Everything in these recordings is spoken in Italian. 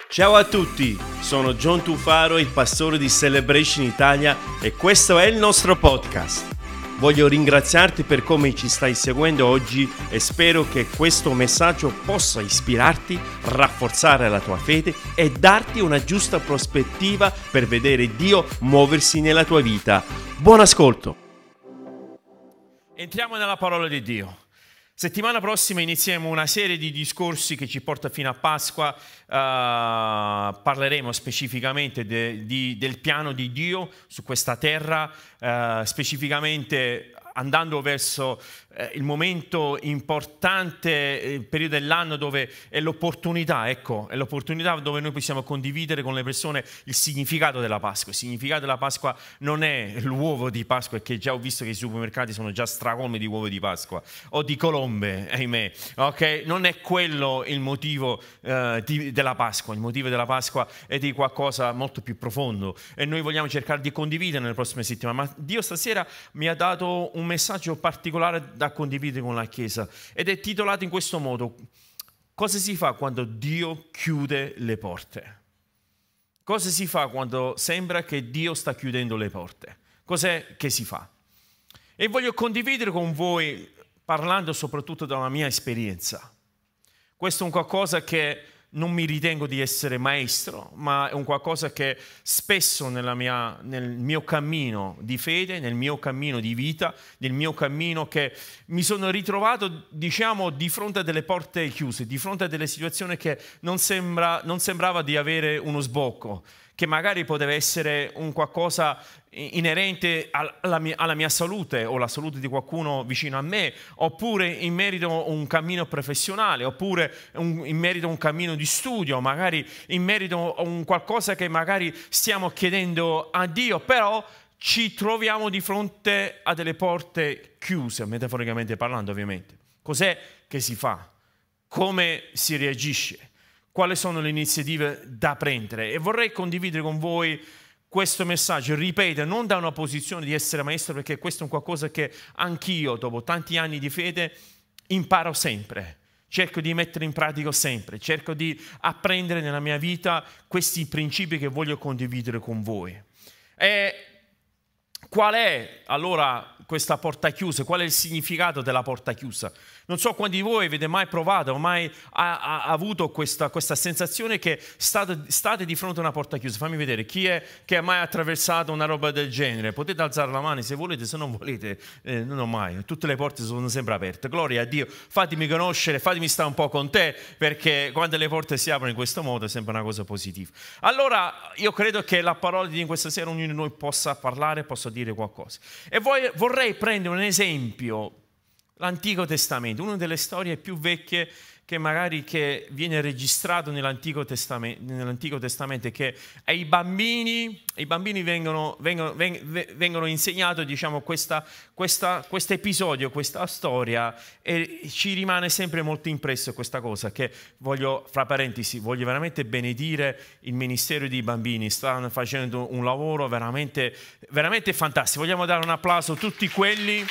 Ciao a tutti, sono John Tufaro, il pastore di Celebration Italia e questo è il nostro podcast. Voglio ringraziarti per come ci stai seguendo oggi e spero che questo messaggio possa ispirarti, rafforzare la tua fede e darti una giusta prospettiva per vedere Dio muoversi nella tua vita. Buon ascolto! Entriamo nella parola di Dio. Settimana prossima inizieremo una serie di discorsi che ci porta fino a Pasqua. Parleremo specificamente del piano di Dio su questa terra, specificamente andando verso il momento importante, il periodo dell'anno dove è l'opportunità, è l'opportunità dove noi possiamo condividere con le persone il significato della Pasqua. Il significato della Pasqua non è l'uovo di Pasqua, perché già ho visto che i supermercati sono già stracolmi di uova di Pasqua o di colombe, ahimè, ok? Non è quello il motivo della Pasqua. Il motivo della Pasqua è di qualcosa molto più profondo e noi vogliamo cercare di condividere nelle prossime settimane. Ma Dio stasera mi ha dato un messaggio particolare da condividere con la Chiesa ed è titolato in questo modo: cosa si fa quando Dio chiude le porte? Cosa si fa quando sembra che Dio sta chiudendo le porte? Cos'è che si fa? E voglio condividere con voi parlando soprattutto dalla mia esperienza. Questo è un qualcosa che non mi ritengo di essere maestro, ma è un qualcosa che spesso nel mio cammino di fede, nel mio cammino di vita, nel mio cammino che mi sono ritrovato, diciamo, di fronte a delle porte chiuse, di fronte a delle situazioni che non sembrava di avere uno sbocco, che magari poteva essere un qualcosa inerente alla mia salute o la salute di qualcuno vicino a me, oppure in merito a un cammino professionale, oppure in merito a un cammino di studio, magari in merito a un qualcosa che magari stiamo chiedendo a Dio, però ci troviamo di fronte a delle porte chiuse, metaforicamente parlando ovviamente. Cos'è che si fa? Come si reagisce? Quali sono le iniziative da prendere? E vorrei condividere con voi questo messaggio, ripeto, non da una posizione di essere maestro, perché questo è un qualcosa che anch'io, dopo tanti anni di fede, imparo sempre. Cerco di mettere in pratica sempre, cerco di apprendere nella mia vita questi principi che voglio condividere con voi. E qual è allora questa porta chiusa? Qual è il significato della porta chiusa? Non so quanti di voi avete mai provato o mai avuto questa sensazione che state di fronte a una porta chiusa. Fammi vedere chi è che ha mai attraversato una roba del genere. Potete alzare la mano se volete, se non volete non ho mai. Tutte le porte sono sempre aperte. Gloria a Dio. Fatemi conoscere, fatemi stare un po' con te, perché quando le porte si aprono in questo modo è sempre una cosa positiva. Allora io credo che la parola di Dio questa sera ognuno di noi possa parlare, possa dire qualcosa. E vorrei prendere un esempio. L'Antico Testamento, una delle storie più vecchie che magari che viene registrato nell'Antico Testamento, che ai bambini vengono insegnato, diciamo, questo episodio, questa storia, e ci rimane sempre molto impresso questa cosa, che voglio veramente benedire il ministero dei bambini. Stanno facendo un lavoro veramente, veramente fantastico. Vogliamo dare un applauso a tutti quelli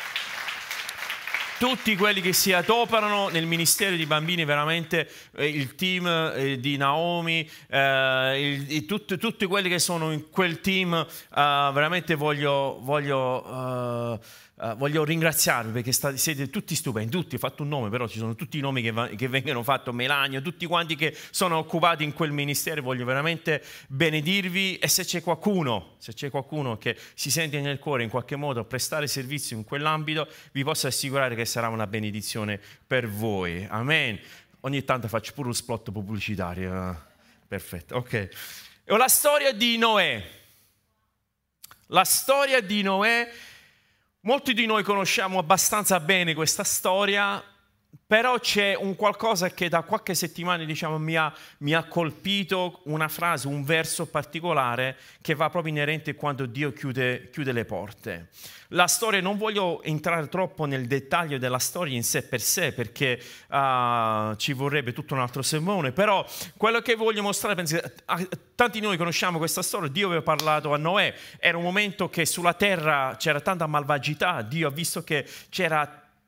che si adoperano nel ministero di bambini, veramente il team di Naomi, tutti quelli che sono in quel team, veramente voglio ringraziarvi, perché siete tutti stupendi, tutti, ho fatto un nome, però ci sono tutti i nomi che vengono fatti, Melanio, tutti quanti che sono occupati in quel ministero. Voglio veramente benedirvi, e se c'è qualcuno che si sente nel cuore in qualche modo a prestare servizio in quell'ambito, vi posso assicurare che sarà una benedizione per voi. Amen. Ogni tanto faccio pure un spot pubblicitario. Perfetto, ok. E la storia di Noè. La storia di Noè. Molti di noi conosciamo abbastanza bene questa storia, però c'è un qualcosa che da qualche settimana, diciamo, mi ha colpito, una frase, un verso particolare che va proprio inerente quando Dio chiude le porte. La storia, non voglio entrare troppo nel dettaglio della storia in sé per sé, perché ci vorrebbe tutto un altro sermone, però quello che voglio mostrare, penso, tanti di noi conosciamo questa storia. Dio aveva parlato a Noè, era un momento che sulla terra c'era tanta malvagità, Dio ha visto che c'era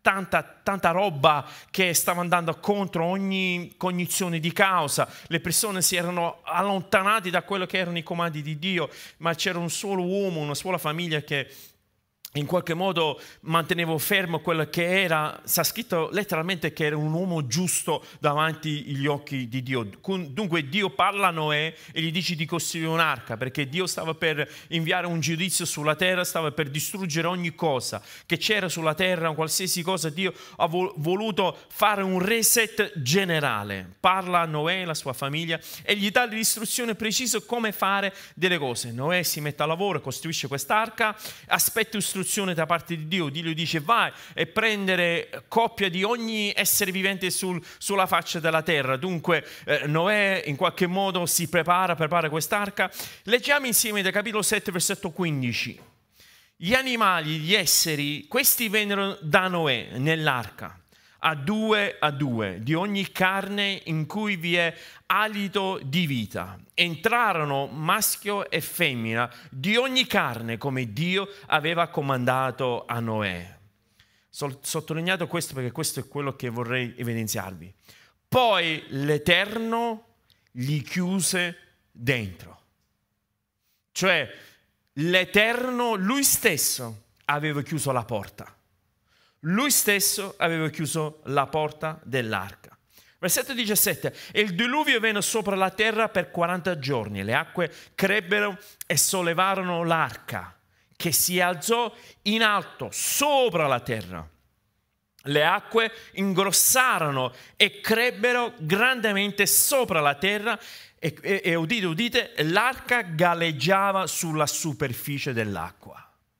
tanta roba che stava andando contro ogni cognizione di causa. Le persone si erano allontanate da quello che erano i comandi di Dio, ma c'era un solo uomo, una sola famiglia che in qualche modo mantenevo fermo quello che era. Sta scritto letteralmente che era un uomo giusto davanti agli occhi di Dio. Dunque Dio parla a Noè e gli dice di costruire un'arca, perché Dio stava per inviare un giudizio sulla terra, stava per distruggere ogni cosa che c'era sulla terra, qualsiasi cosa. Dio ha voluto fare un reset generale. Parla a Noè e alla sua famiglia e gli dà l'istruzione precisa come fare delle cose. Noè si mette a lavoro, costruisce quest'arca, aspetta istruzioni da parte di Dio. Dio gli dice: vai e prendere coppia di ogni essere vivente sulla faccia della terra. Dunque Noè in qualche modo si prepara quest'arca. Leggiamo insieme da capitolo 7 versetto 15. Gli animali, gli esseri, questi vennero da Noè nell'arca a due, di ogni carne in cui vi è alito di vita. Entrarono maschio e femmina di ogni carne, come Dio aveva comandato a Noè. Sottolineato questo perché questo è quello che vorrei evidenziarvi. Poi l'Eterno li chiuse dentro. Cioè l'Eterno, lui stesso, aveva chiuso la porta. Lui stesso aveva chiuso la porta dell'arca. Versetto 17. E il diluvio venne sopra la terra per 40 giorni. Le acque crebbero e sollevarono l'arca, che si alzò in alto sopra la terra. Le acque ingrossarono e crebbero grandemente sopra la terra e udite, l'arca galleggiava sulla superficie dell'acqua.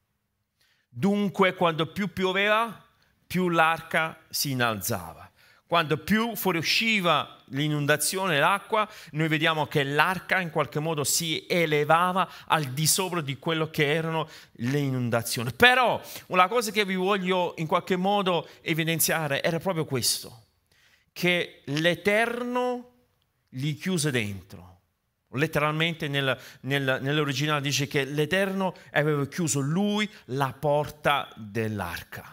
Dunque, quando più pioveva, più l'arca si innalzava. Quando più fuoriusciva l'inondazione, l'acqua, noi vediamo che l'arca in qualche modo si elevava al di sopra di quello che erano le inondazioni. Però una cosa che vi voglio in qualche modo evidenziare era proprio questo, che l'Eterno li chiuse dentro. Letteralmente nell'originale dice che l'Eterno aveva chiuso lui la porta dell'arca.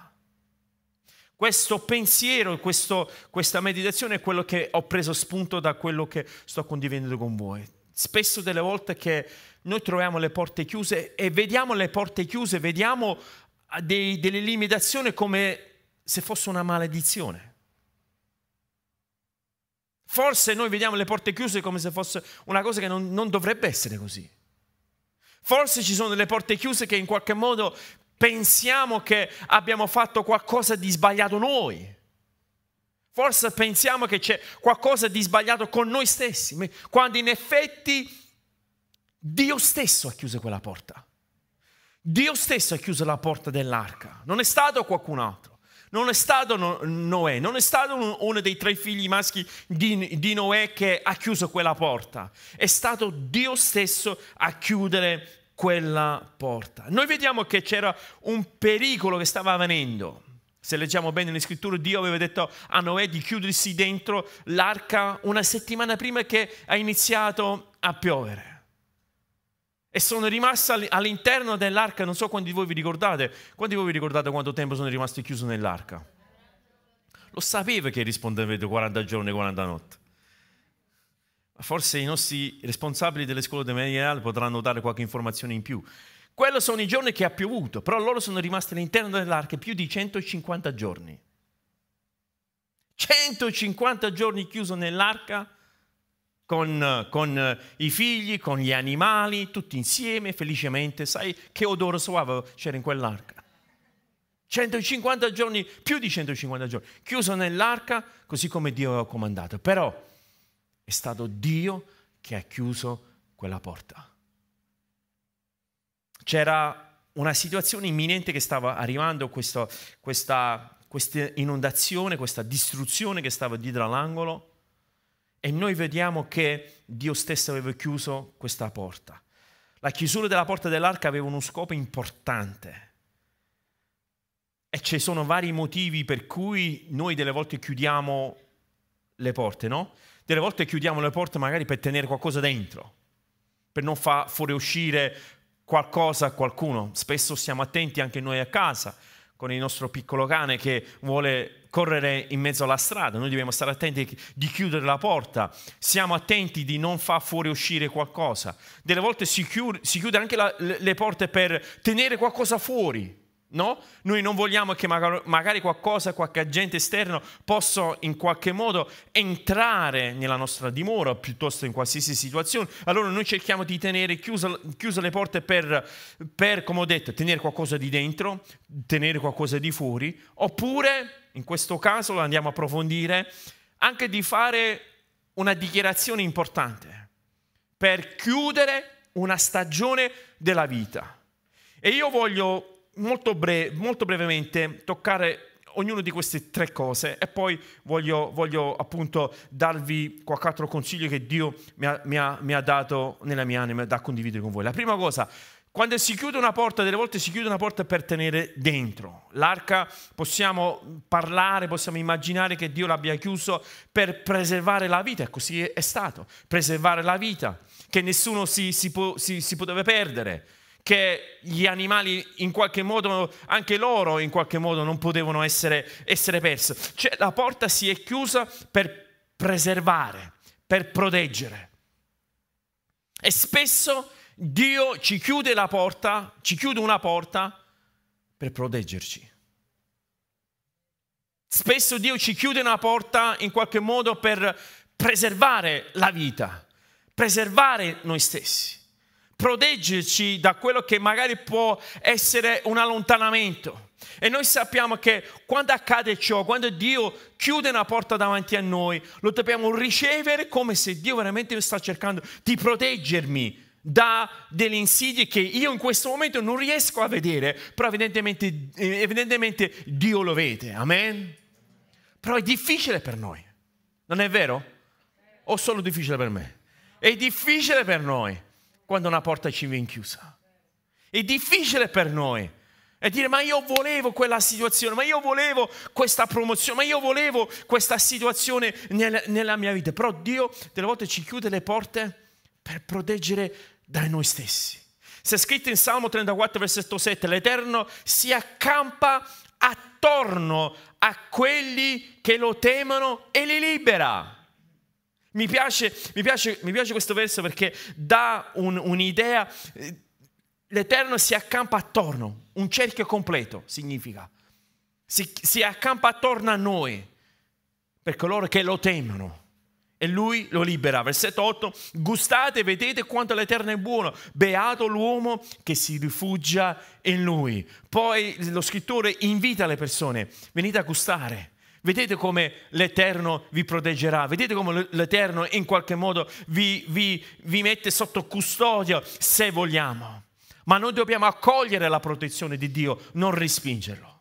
Questo pensiero, questa meditazione è quello che ho preso spunto da quello che sto condividendo con voi. Spesso delle volte che noi troviamo le porte chiuse e vediamo le porte chiuse, vediamo delle limitazioni come se fosse una maledizione. Forse noi vediamo le porte chiuse come se fosse una cosa che non dovrebbe essere così. Forse ci sono delle porte chiuse che in qualche modo pensiamo che abbiamo fatto qualcosa di sbagliato noi. Forse pensiamo che c'è qualcosa di sbagliato con noi stessi, quando in effetti Dio stesso ha chiuso quella porta. Dio stesso ha chiuso la porta dell'arca. Non è stato qualcun altro. Non è stato Noè, non è stato uno dei 3 figli maschi di Noè che ha chiuso quella porta. È stato Dio stesso a chiudere quella porta. Noi vediamo che c'era un pericolo che stava avvenendo. Se leggiamo bene nelle scritture, Dio aveva detto a Noè di chiudersi dentro l'arca una settimana prima che ha iniziato a piovere. E sono rimasto all'interno dell'arca, non so quanti di voi vi ricordate. Quanti di voi vi ricordate quanto tempo sono rimasti chiusi nell'arca? Lo sapevo che rispondevate 40 giorni e 40 notti. Forse i nostri responsabili delle scuole mediali potranno dare qualche informazione in più. Quello sono i giorni che ha piovuto, però loro sono rimasti all'interno dell'arca più di 150 giorni. 150 giorni chiuso nell'arca con i figli, con gli animali, tutti insieme, felicemente. Sai che odore suave c'era in quell'arca? 150 giorni, più di 150 giorni, chiuso nell'arca, così come Dio aveva comandato. Però è stato Dio che ha chiuso quella porta. C'era una situazione imminente che stava arrivando, questa inondazione, questa distruzione che stava dietro all'angolo, e noi vediamo che Dio stesso aveva chiuso questa porta. La chiusura della porta dell'arca aveva uno scopo importante. E ci sono vari motivi per cui noi delle volte chiudiamo le porte, no? Delle volte chiudiamo le porte magari per tenere qualcosa dentro, per non far fuoriuscire qualcosa a qualcuno. Spesso siamo attenti anche noi a casa. con il nostro piccolo cane che vuole correre in mezzo alla strada. Noi dobbiamo stare attenti di chiudere la porta, siamo attenti di non far fuoriuscire qualcosa. Delle volte si chiude anche le porte per tenere qualcosa fuori. No? Noi non vogliamo che magari qualcosa, qualche agente esterno possa in qualche modo entrare nella nostra dimora, piuttosto in qualsiasi situazione. Allora noi cerchiamo di tenere chiuse le porte per, come ho detto, tenere qualcosa di dentro, tenere qualcosa di fuori, oppure, in questo caso lo andiamo a approfondire, anche di fare una dichiarazione importante per chiudere una stagione della vita. E io voglio molto brevemente toccare ognuna di queste tre cose e poi voglio appunto darvi qualche altro consiglio che Dio mi ha dato nella mia anima da condividere con voi. La prima cosa, quando si chiude una porta, delle volte si chiude una porta per tenere dentro. L'arca possiamo parlare, possiamo immaginare che Dio l'abbia chiuso per preservare la vita, e così è stato, preservare la vita, che nessuno si poteva perdere, che gli animali in qualche modo, anche loro in qualche modo non potevano essere persi. Cioè la porta si è chiusa per preservare, per proteggere. E spesso Dio ci chiude una porta per proteggerci. Spesso Dio ci chiude una porta in qualche modo per preservare la vita, preservare noi stessi, proteggerci da quello che magari può essere un allontanamento. E noi sappiamo che quando accade ciò, quando Dio chiude una porta davanti a noi, lo dobbiamo ricevere come se Dio veramente sta cercando di proteggermi da delle insidie che io in questo momento non riesco a vedere, però evidentemente Dio lo vede. Amen? Però è difficile per noi, non è vero? O solo difficile per me? È difficile per noi quando una porta ci viene chiusa. È difficile per noi e dire: ma io volevo quella situazione, ma io volevo questa promozione, ma io volevo questa situazione nella mia vita. Però Dio delle volte ci chiude le porte per proteggere da noi stessi. C'è scritto in Salmo 34, versetto 7: l'Eterno si accampa attorno a quelli che lo temono e li libera. Mi piace questo verso perché dà un'idea. L'Eterno si accampa attorno, un cerchio completo significa. Si accampa attorno a noi per coloro che lo temono e Lui lo libera. Versetto 8: gustate e vedete quanto l'Eterno è buono, beato l'uomo che si rifugia in Lui. Poi lo scrittore invita le persone: venite a gustare. Vedete come l'Eterno vi proteggerà, vedete come l'Eterno in qualche modo vi mette sotto custodia se vogliamo. Ma noi dobbiamo accogliere la protezione di Dio, non respingerlo.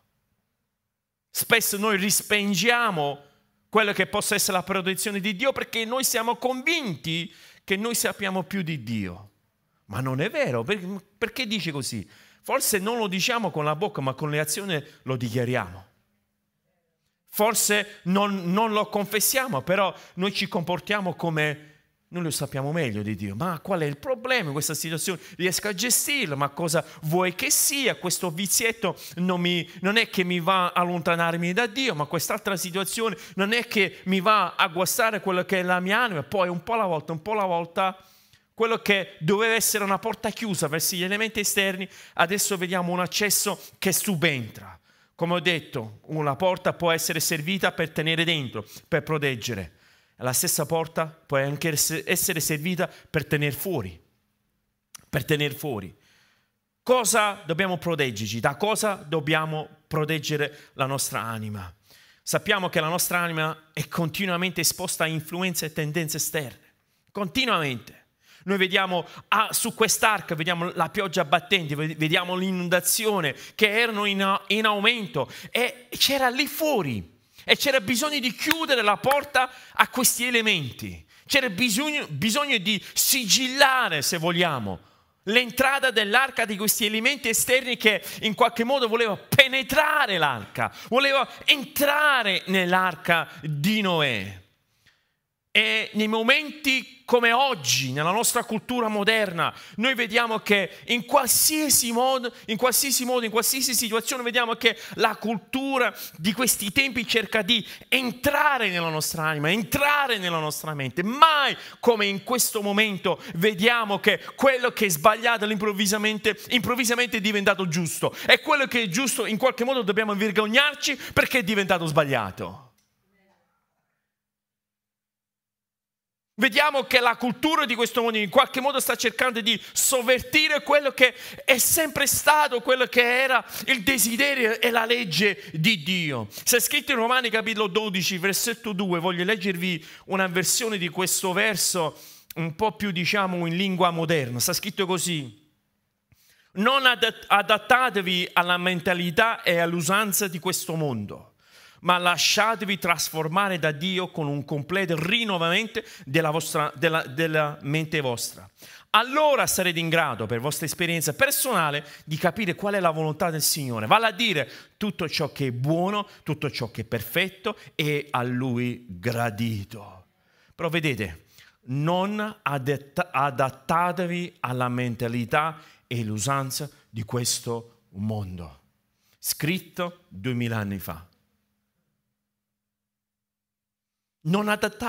Spesso noi respingiamo quello che possa essere la protezione di Dio perché noi siamo convinti che noi sappiamo più di Dio. Ma non è vero, perché dice così? Forse non lo diciamo con la bocca, ma con le azioni lo dichiariamo. Forse non lo confessiamo, però noi ci comportiamo come noi lo sappiamo meglio di Dio. Ma qual è il problema in questa situazione? Riesco a gestirlo, ma cosa vuoi che sia? Questo vizietto non è che mi va a allontanarmi da Dio, ma quest'altra situazione non è che mi va a guastare quello che è la mia anima. Poi un po' alla volta, quello che doveva essere una porta chiusa verso gli elementi esterni, adesso vediamo un accesso che subentra. Come ho detto, una porta può essere servita per tenere dentro, per proteggere. La stessa porta può anche essere servita per tenere fuori. Per tenere fuori. Cosa dobbiamo proteggerci? Da cosa dobbiamo proteggere la nostra anima? Sappiamo che la nostra anima è continuamente esposta a influenze e tendenze esterne. Continuamente. Noi vediamo su quest'arca, vediamo la pioggia battente, vediamo l'inondazione che erano in aumento e c'era lì fuori e c'era bisogno di chiudere la porta a questi elementi. C'era bisogno di sigillare, se vogliamo, l'entrata dell'arca di questi elementi esterni che in qualche modo voleva penetrare l'arca, voleva entrare nell'arca di Noè. E nei momenti come oggi, nella nostra cultura moderna, noi vediamo che in qualsiasi modo, in qualsiasi situazione, vediamo che la cultura di questi tempi cerca di entrare nella nostra anima, entrare nella nostra mente. Mai come in questo momento vediamo che quello che è sbagliato improvvisamente è diventato giusto. E quello che è giusto in qualche modo dobbiamo vergognarci perché è diventato sbagliato. Vediamo che la cultura di questo mondo in qualche modo sta cercando di sovvertire quello che è sempre stato, quello che era il desiderio e la legge di Dio. C'è scritto in Romani capitolo 12, versetto 2, voglio leggervi una versione di questo verso un po' più, diciamo, in lingua moderna. Sta scritto così: non adattatevi alla mentalità e all'usanza di questo mondo, ma lasciatevi trasformare da Dio con un completo rinnovamento della mente vostra. Allora sarete in grado, per vostra esperienza personale, di capire qual è la volontà del Signore, vale a dire tutto ciò che è buono, tutto ciò che è perfetto e a Lui gradito. Però vedete, non adattatevi alla mentalità e all'usanza di questo mondo. Scritto 2000 anni fa. Non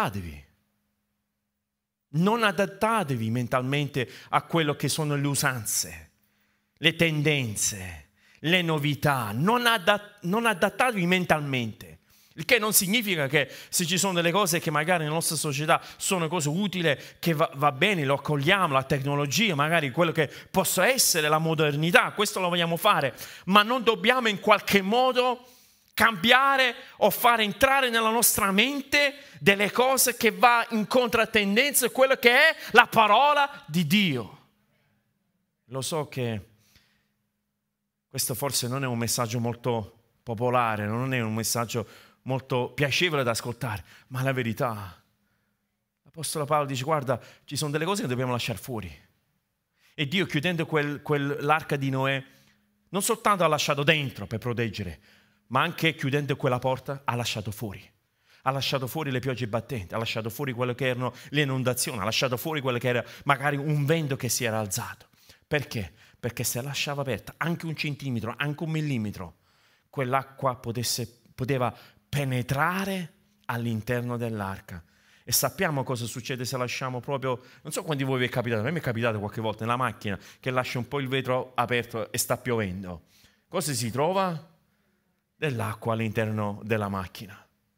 adattatevi mentalmente a quello che sono le usanze, le tendenze, le novità. Non adattatevi mentalmente. Il che non significa che se ci sono delle cose che magari nella nostra società sono cose utili, che va bene, lo accogliamo, la tecnologia, magari quello che possa essere la modernità, questo lo vogliamo fare, ma non dobbiamo in qualche modo cambiare o fare entrare nella nostra mente delle cose che va in controtendenza quello che è la parola di Dio. Lo so che questo forse non è un messaggio molto popolare, non è un messaggio molto piacevole da ascoltare, ma la verità. L'Apostolo Paolo dice: guarda, ci sono delle cose che dobbiamo lasciare fuori. E Dio, chiudendo l'arca di Noè, non soltanto ha lasciato dentro per proteggere, ma anche chiudendo quella porta ha lasciato fuori. Ha lasciato fuori le piogge battenti, ha lasciato fuori quello che erano le inondazioni, ha lasciato fuori quello che era magari un vento che si era alzato. Perché? Perché se lasciava aperta anche un centimetro, anche un millimetro, quell'acqua poteva penetrare all'interno dell'arca. E sappiamo cosa succede se lasciamo proprio, non so quanti di voi vi è capitato, a me mi è capitato qualche volta nella macchina che lascia un po' il vetro aperto e sta piovendo. Cosa si trova? Dell'acqua all'interno della macchina.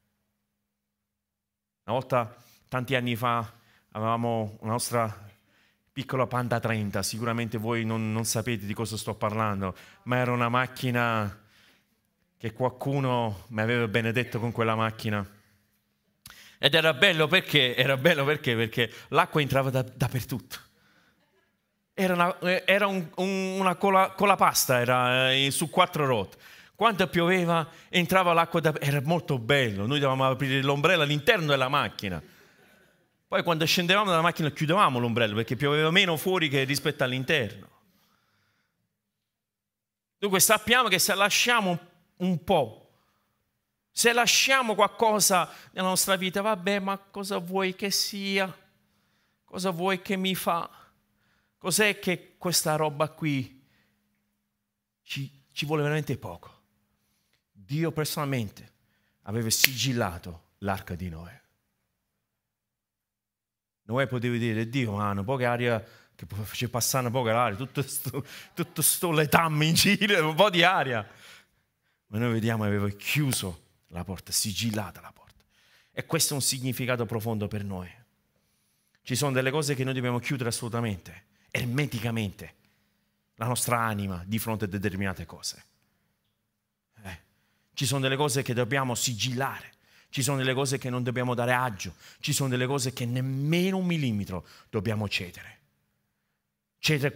Una volta, tanti anni fa, avevamo una nostra piccola Panda 30, sicuramente voi non sapete di cosa sto parlando, ma era una macchina che qualcuno mi aveva benedetto con quella macchina. Ed era bello perché l'acqua entrava dappertutto. Era una colapasta, era su 4 ruote. Quando pioveva entrava l'acqua, era molto bello. Noi dovevamo aprire l'ombrello all'interno della macchina. Poi quando scendevamo dalla macchina chiudevamo l'ombrello perché pioveva meno fuori che rispetto all'interno. Dunque sappiamo che se lasciamo un po', se lasciamo qualcosa nella nostra vita, vabbè, ma cosa vuoi che sia? Cosa vuoi che mi fa? Cos'è che questa roba qui ci vuole veramente poco? Dio personalmente aveva sigillato l'arca di Noè. Noè poteva dire: Dio, un po' che aria, che faceva passare un po' che l'aria, tutto sto letame in giro, un po' di aria. Ma noi vediamo che aveva chiuso la porta, sigillata la porta. E questo è un significato profondo per noi. Ci sono delle cose che noi dobbiamo chiudere assolutamente, ermeticamente, la nostra anima di fronte a determinate cose. Ci sono delle cose che dobbiamo sigillare, ci sono delle cose che non dobbiamo dare agio, ci sono delle cose che nemmeno un millimetro dobbiamo cedere. Cedere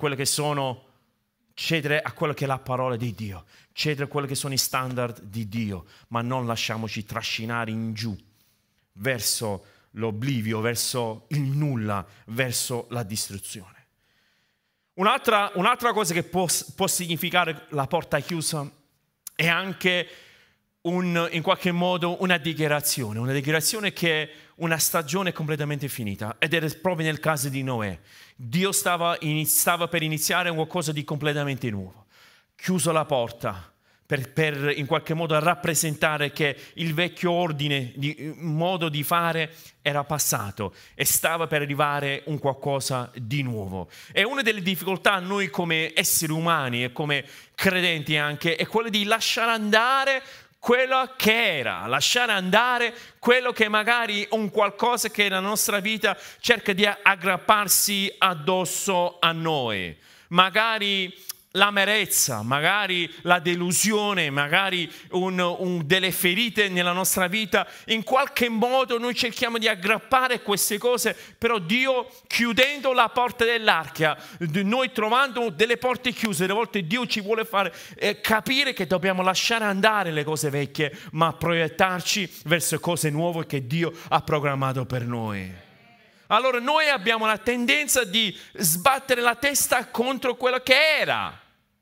a quello che è la parola di Dio, cedere a quello che sono i standard di Dio, ma non lasciamoci trascinare in giù verso l'oblivio, verso il nulla, verso la distruzione. Un'altra cosa che può significare la porta chiusa è anche in qualche modo una dichiarazione che una stagione completamente finita, ed era proprio nel caso di Noè. Dio stava per iniziare qualcosa di completamente nuovo. Chiuso la porta per in qualche modo rappresentare che il vecchio ordine, modo di fare era passato e stava per arrivare un qualcosa di nuovo. E una delle difficoltà noi come esseri umani e come credenti anche è quella di lasciare andare quello che era, lasciare andare quello che magari un qualcosa che nella nostra vita cerca di aggrapparsi addosso a noi. Magari l'amarezza, magari la delusione, magari delle ferite nella nostra vita. In qualche modo noi cerchiamo di aggrappare queste cose, però Dio, chiudendo la porta dell'arca, noi trovando delle porte chiuse, delle volte Dio ci vuole fare capire che dobbiamo lasciare andare le cose vecchie, ma proiettarci verso cose nuove che Dio ha programmato per noi. Allora noi abbiamo la tendenza di sbattere la testa contro quello che era.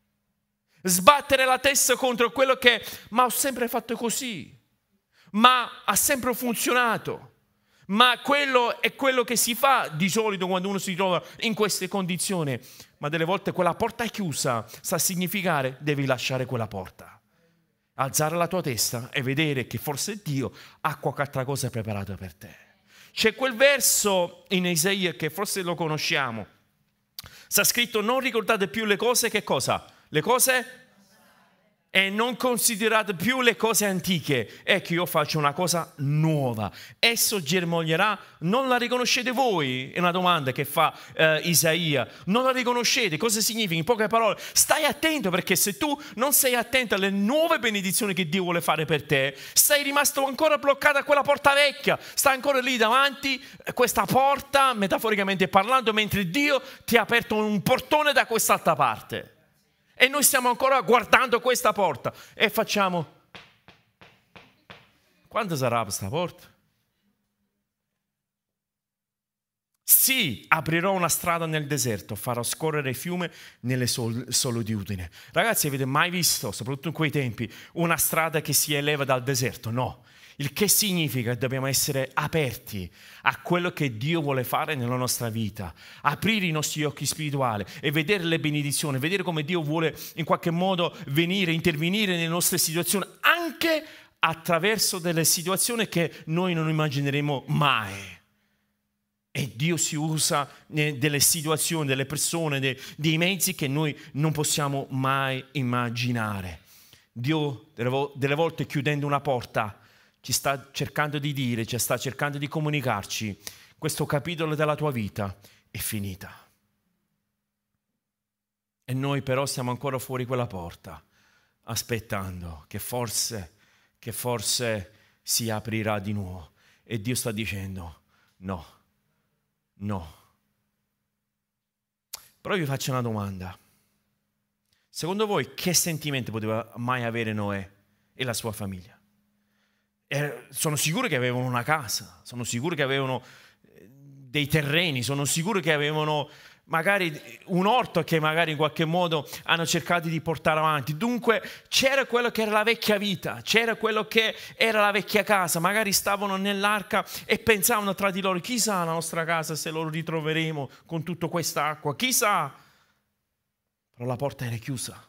Sbattere la testa contro quello che, ma ho sempre fatto così, ma ha sempre funzionato. Ma quello è quello che si fa di solito quando uno si trova in queste condizioni. Ma delle volte quella porta chiusa sta a significare devi lasciare quella porta. Alzare la tua testa e vedere che forse Dio ha qualche altra cosa preparata per te. C'è quel verso in Isaia che forse lo conosciamo. Sta scritto: non ricordate più le cose, che cosa? Le cose? E non considerate più le cose antiche. Ecco, io faccio una cosa nuova. Esso germoglierà. Non la riconoscete voi? È una domanda che fa Isaia. Non la riconoscete? Cosa significa? In poche parole, stai attento, perché se tu non sei attento alle nuove benedizioni che Dio vuole fare per te, sei rimasto ancora bloccato a quella porta vecchia. Stai ancora lì davanti questa porta, metaforicamente parlando, mentre Dio ti ha aperto un portone da quest'altra parte. E noi stiamo ancora guardando questa porta e facciamo: quando sarà questa porta? Sì, aprirò una strada nel deserto, farò scorrere fiume nelle solitudini. Ragazzi, avete mai visto, soprattutto in quei tempi, una strada che si eleva dal deserto? No. Il che significa che dobbiamo essere aperti a quello che Dio vuole fare nella nostra vita, aprire i nostri occhi spirituali e vedere le benedizioni, vedere come Dio vuole in qualche modo venire, intervenire nelle nostre situazioni, anche attraverso delle situazioni che noi non immagineremo mai. E Dio si usa delle situazioni, delle persone, dei mezzi che noi non possiamo mai immaginare. Dio delle volte, chiudendo una porta, ci sta cercando di dire, ci sta cercando di comunicarci: questo capitolo della tua vita è finita. E noi però siamo ancora fuori quella porta, aspettando che forse si aprirà di nuovo. E Dio sta dicendo: no. Però vi faccio una domanda. Secondo voi che sentimento poteva mai avere Noè e la sua famiglia? Sono sicuro che avevano una casa, sono sicuro che avevano dei terreni, sono sicuro che avevano magari un orto che magari in qualche modo hanno cercato di portare avanti. Dunque c'era quello che era la vecchia vita, c'era quello che era la vecchia casa. Magari stavano nell'arca e pensavano tra di loro: chissà la nostra casa se lo ritroveremo con tutta questa acqua, chissà. Però la porta era chiusa.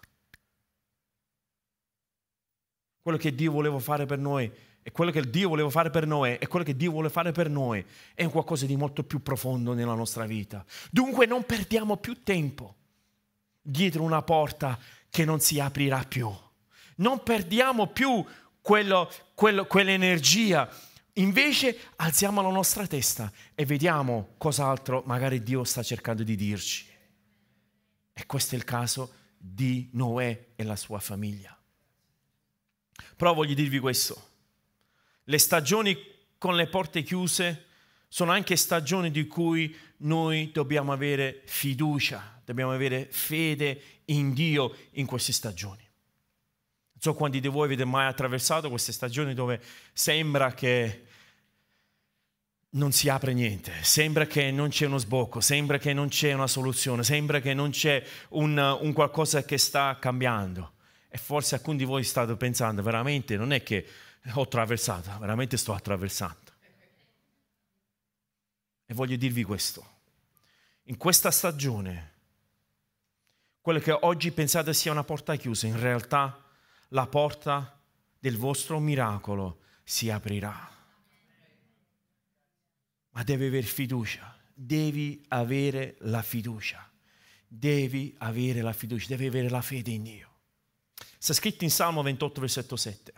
Quello che Dio voleva fare per noi e quello che Dio voleva fare per Noè e quello che Dio vuole fare per noi è un qualcosa di molto più profondo nella nostra vita. Dunque non perdiamo più tempo dietro una porta che non si aprirà più. Non perdiamo più quell'energia. Invece alziamo la nostra testa e vediamo cos'altro magari Dio sta cercando di dirci. E questo è il caso di Noè e la sua famiglia. Però voglio dirvi questo: le stagioni con le porte chiuse sono anche stagioni di cui noi dobbiamo avere fiducia, dobbiamo avere fede in Dio in queste stagioni. Non so quanti di voi avete mai attraversato queste stagioni dove sembra che non si apre niente, sembra che non c'è uno sbocco, sembra che non c'è una soluzione, sembra che non c'è un qualcosa che sta cambiando. E forse alcuni di voi state pensando: veramente non è che ho attraversato, veramente sto attraversando. E voglio dirvi questo. In questa stagione, quello che oggi pensate sia una porta chiusa, in realtà la porta del vostro miracolo si aprirà. Ma devi avere fiducia, devi avere la fiducia, devi avere la fiducia, devi avere la fede in Dio. Sta scritto in Salmo 28, versetto 7.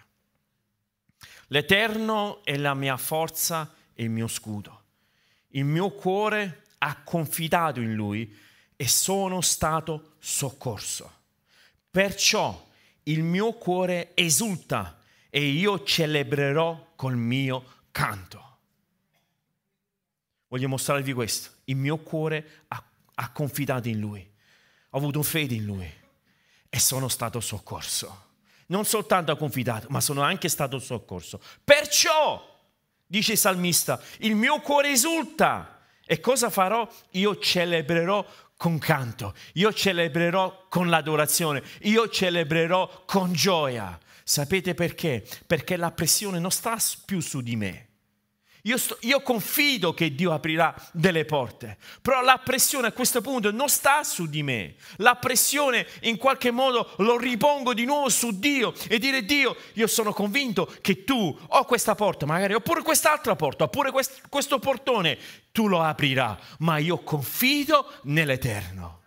L'Eterno è la mia forza e il mio scudo. Il mio cuore ha confidato in Lui e sono stato soccorso. Perciò il mio cuore esulta e io celebrerò col mio canto. Voglio mostrarvi questo. Il mio cuore ha confidato in Lui. Ho avuto fede in Lui e sono stato soccorso. Non soltanto ho confidato, ma sono anche stato soccorso. Perciò, dice il salmista, il mio cuore esulta. E cosa farò? Io celebrerò con canto, io celebrerò con l'adorazione, io celebrerò con gioia. Sapete perché? Perché la pressione non sta più su di me. Io confido che Dio aprirà delle porte, però la pressione a questo punto non sta su di me. La pressione in qualche modo lo ripongo di nuovo su Dio e dire: Dio, io sono convinto che tu o questa porta magari, oppure quest'altra porta, oppure questo portone, tu lo aprirai, ma io confido nell'Eterno.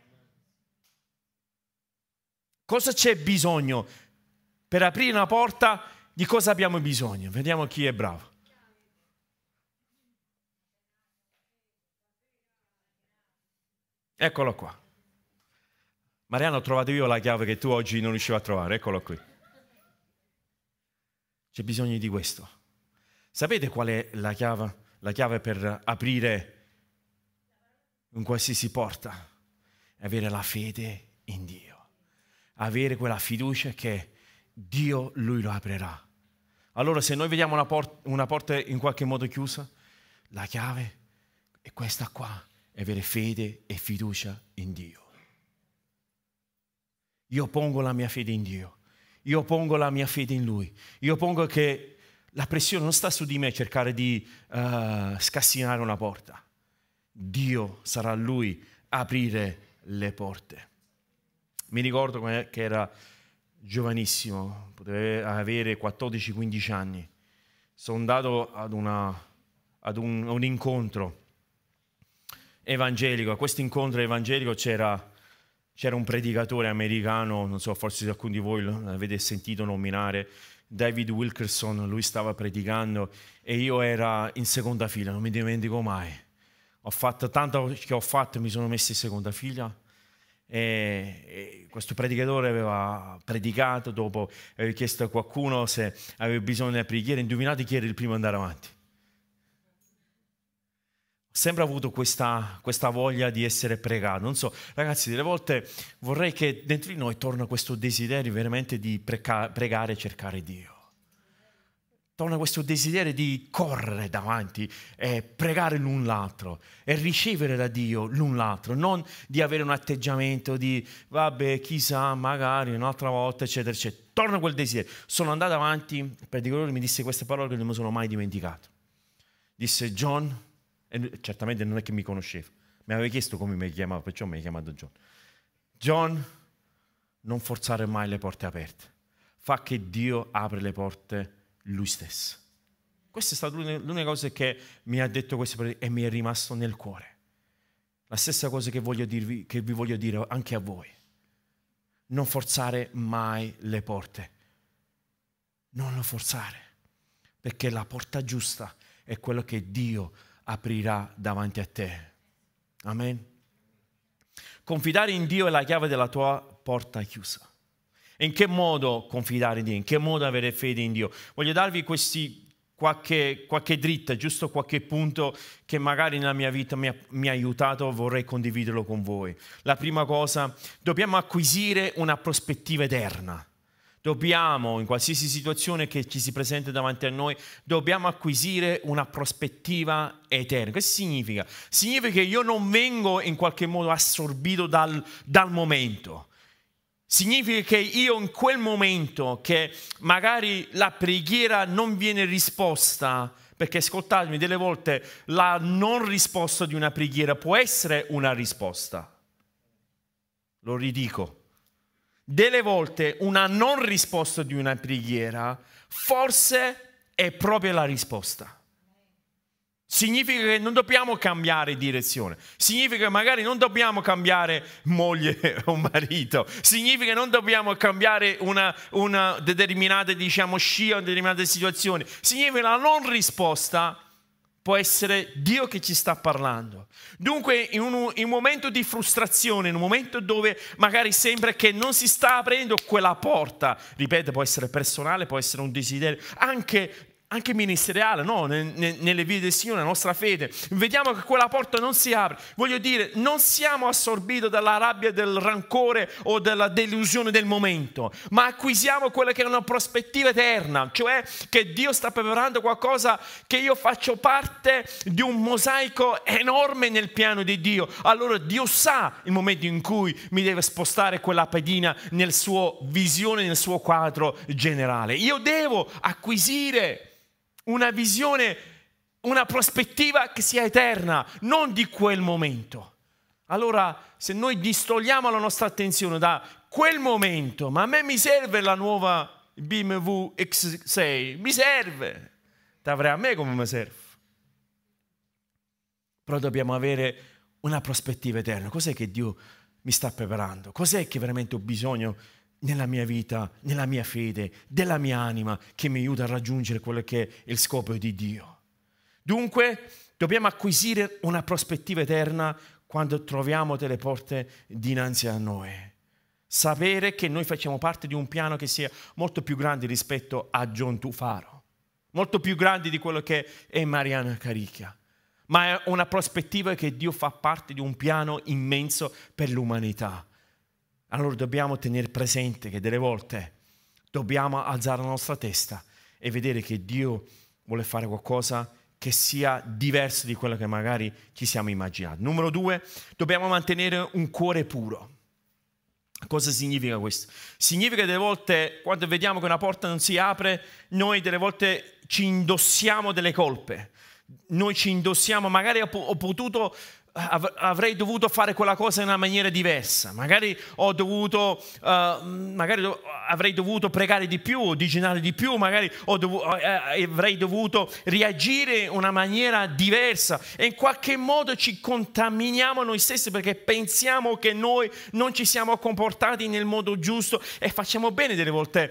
Cosa c'è bisogno per aprire una porta? Di cosa abbiamo bisogno? Vediamo chi è bravo. Eccolo qua. Mariano, ho trovato io la chiave che tu oggi non riuscivi a trovare. Eccolo qui. C'è bisogno di questo. Sapete qual è la chiave? La chiave per aprire un qualsiasi porta? È avere la fede in Dio. Avere quella fiducia che Dio, Lui lo aprirà. Allora, se noi vediamo una porta in qualche modo chiusa, la chiave è questa qua. E avere fede e fiducia in Dio. Io pongo la mia fede in Dio. Io pongo la mia fede in Lui. Io pongo che la pressione non sta su di me cercare di scassinare una porta. Dio sarà Lui a aprire le porte. Mi ricordo che era giovanissimo, poteva avere 14-15 anni. Sono andato ad un incontro evangelico. A questo incontro evangelico c'era un predicatore americano, non so, forse alcuni di voi l'avete sentito nominare, David Wilkerson. Lui stava predicando e io ero in seconda fila, non mi dimentico mai. Ho fatto tanto che ho fatto, mi sono messo in seconda fila e questo predicatore aveva predicato, dopo aveva chiesto a qualcuno se aveva bisogno di preghiera. Indovinate chi era il primo ad andare avanti? Ho sempre avuto questa voglia di essere pregato. Non so, ragazzi, delle volte vorrei che dentro di noi torna questo desiderio veramente di pregare e cercare Dio. Torna questo desiderio di correre davanti e pregare l'un l'altro e ricevere da Dio l'un l'altro, non di avere un atteggiamento di vabbè, chissà, magari un'altra volta, eccetera, eccetera. Torna quel desiderio. Sono andato avanti, il predicatore mi disse queste parole che non mi sono mai dimenticato. Disse: John, e certamente non è che mi conosceva, mi aveva chiesto come mi chiamavo, perciò mi ha chiamato John. John, non forzare mai le porte aperte, fa che Dio apre le porte Lui stesso. Questa è stata l'unica cosa che mi ha detto questo e mi è rimasto nel cuore. La stessa cosa che vi voglio dire anche a voi: non forzare mai le porte, non lo forzare, perché la porta giusta è quello che Dio aprirà davanti a te. Amen. Confidare in Dio è la chiave della tua porta chiusa. E in che modo confidare in Dio? In che modo avere fede in Dio? Voglio darvi qualche dritta, giusto qualche punto che magari nella mia vita mi ha aiutato, vorrei condividerlo con voi. La prima cosa, dobbiamo acquisire una prospettiva eterna. Dobbiamo, in qualsiasi situazione che ci si presenta davanti a noi, dobbiamo acquisire una prospettiva eterna. Questo significa? Significa che io non vengo in qualche modo assorbito dal momento. Significa che io in quel momento che magari la preghiera non viene risposta, Perché ascoltatemi, delle volte la non risposta di una preghiera può essere una risposta. Lo ridico. Delle volte una non risposta di una preghiera forse è proprio la risposta. Significa che non dobbiamo cambiare direzione, significa che magari non dobbiamo cambiare moglie o marito, significa che non dobbiamo cambiare una determinata, scia o determinate situazioni, significa che la non risposta può essere Dio che ci sta parlando. Dunque in un momento di frustrazione, in un momento dove magari sembra che non si sta aprendo quella porta, ripeto, può essere personale, può essere un desiderio, anche ministeriale, no? Nelle vie del Signore, nella nostra fede, vediamo che quella porta non si apre. Voglio dire, non siamo assorbiti dalla rabbia, del rancore o dalla delusione del momento, ma acquisiamo quella che è una prospettiva eterna, cioè che Dio sta preparando qualcosa, che io faccio parte di un mosaico enorme nel piano di Dio. Allora Dio sa il momento in cui mi deve spostare quella pedina nel suo visione, nel suo quadro generale. Io devo acquisire una visione, una prospettiva che sia eterna, non di quel momento. Allora, se noi distogliamo la nostra attenzione da quel momento, ma a me mi serve la nuova BMW X6, mi serve, t'avrei a me come mi serve. Però dobbiamo avere una prospettiva eterna. Cos'è che Dio mi sta preparando? Cos'è che veramente ho bisogno nella mia vita, nella mia fede, della mia anima, che mi aiuta a raggiungere quello che è il scopo di Dio. Dunque, dobbiamo acquisire una prospettiva eterna quando troviamo delle porte dinanzi a noi. Sapere che noi facciamo parte di un piano che sia molto più grande rispetto a John Tufaro, molto più grande di quello che è Mariana Caricchia, ma è una prospettiva che Dio fa parte di un piano immenso per l'umanità. Allora dobbiamo tenere presente che delle volte dobbiamo alzare la nostra testa e vedere che Dio vuole fare qualcosa che sia diverso di quello che magari ci siamo immaginati. Numero 2, dobbiamo mantenere un cuore puro. Cosa significa questo? Significa che delle volte, quando vediamo che una porta non si apre, noi delle volte ci indossiamo delle colpe. Noi ci indossiamo, magari avrei dovuto fare quella cosa in una maniera diversa, magari avrei dovuto pregare di più, digiunare di più, magari avrei dovuto reagire in una maniera diversa, e in qualche modo ci contaminiamo noi stessi perché pensiamo che noi non ci siamo comportati nel modo giusto, e facciamo bene delle volte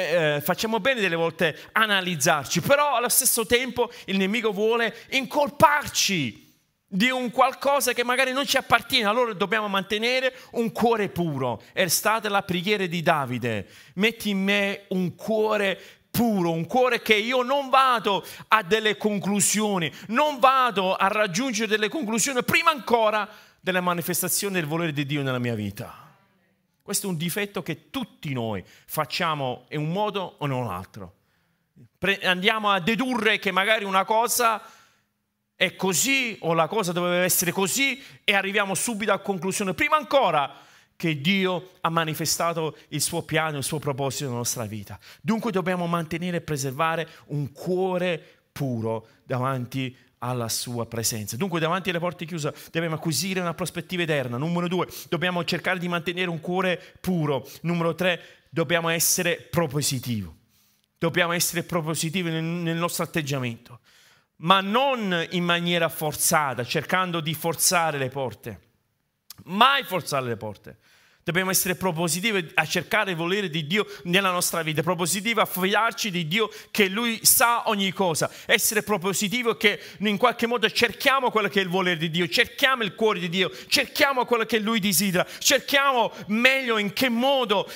analizzarci, però allo stesso tempo il nemico vuole incolparci di un qualcosa che magari non ci appartiene. Allora dobbiamo mantenere un cuore puro. È stata la preghiera di Davide: metti in me un cuore puro, un cuore che io non vado a delle conclusioni, non vado a raggiungere delle conclusioni prima ancora della manifestazione del volere di Dio nella mia vita. Questo è un difetto che tutti noi facciamo in un modo o in un altro. Andiamo a dedurre che magari una cosa è così o la cosa doveva essere così, e arriviamo subito a conclusione prima ancora che Dio ha manifestato il suo piano, il suo proposito nella nostra vita. Dunque dobbiamo mantenere e preservare un cuore puro davanti alla sua presenza. Dunque davanti alle porte chiuse dobbiamo acquisire una prospettiva eterna. Numero 2, dobbiamo cercare di mantenere un cuore puro. Numero 3, dobbiamo essere propositivi. Dobbiamo essere propositivi nel nostro atteggiamento, ma non in maniera forzata, cercando di forzare le porte. Mai forzare le porte. Dobbiamo essere propositivi a cercare il volere di Dio nella nostra vita, propositivi a fidarci di Dio che Lui sa ogni cosa, essere propositivi che in qualche modo cerchiamo quello che è il volere di Dio, cerchiamo il cuore di Dio, cerchiamo quello che Lui desidera, cerchiamo meglio in che modo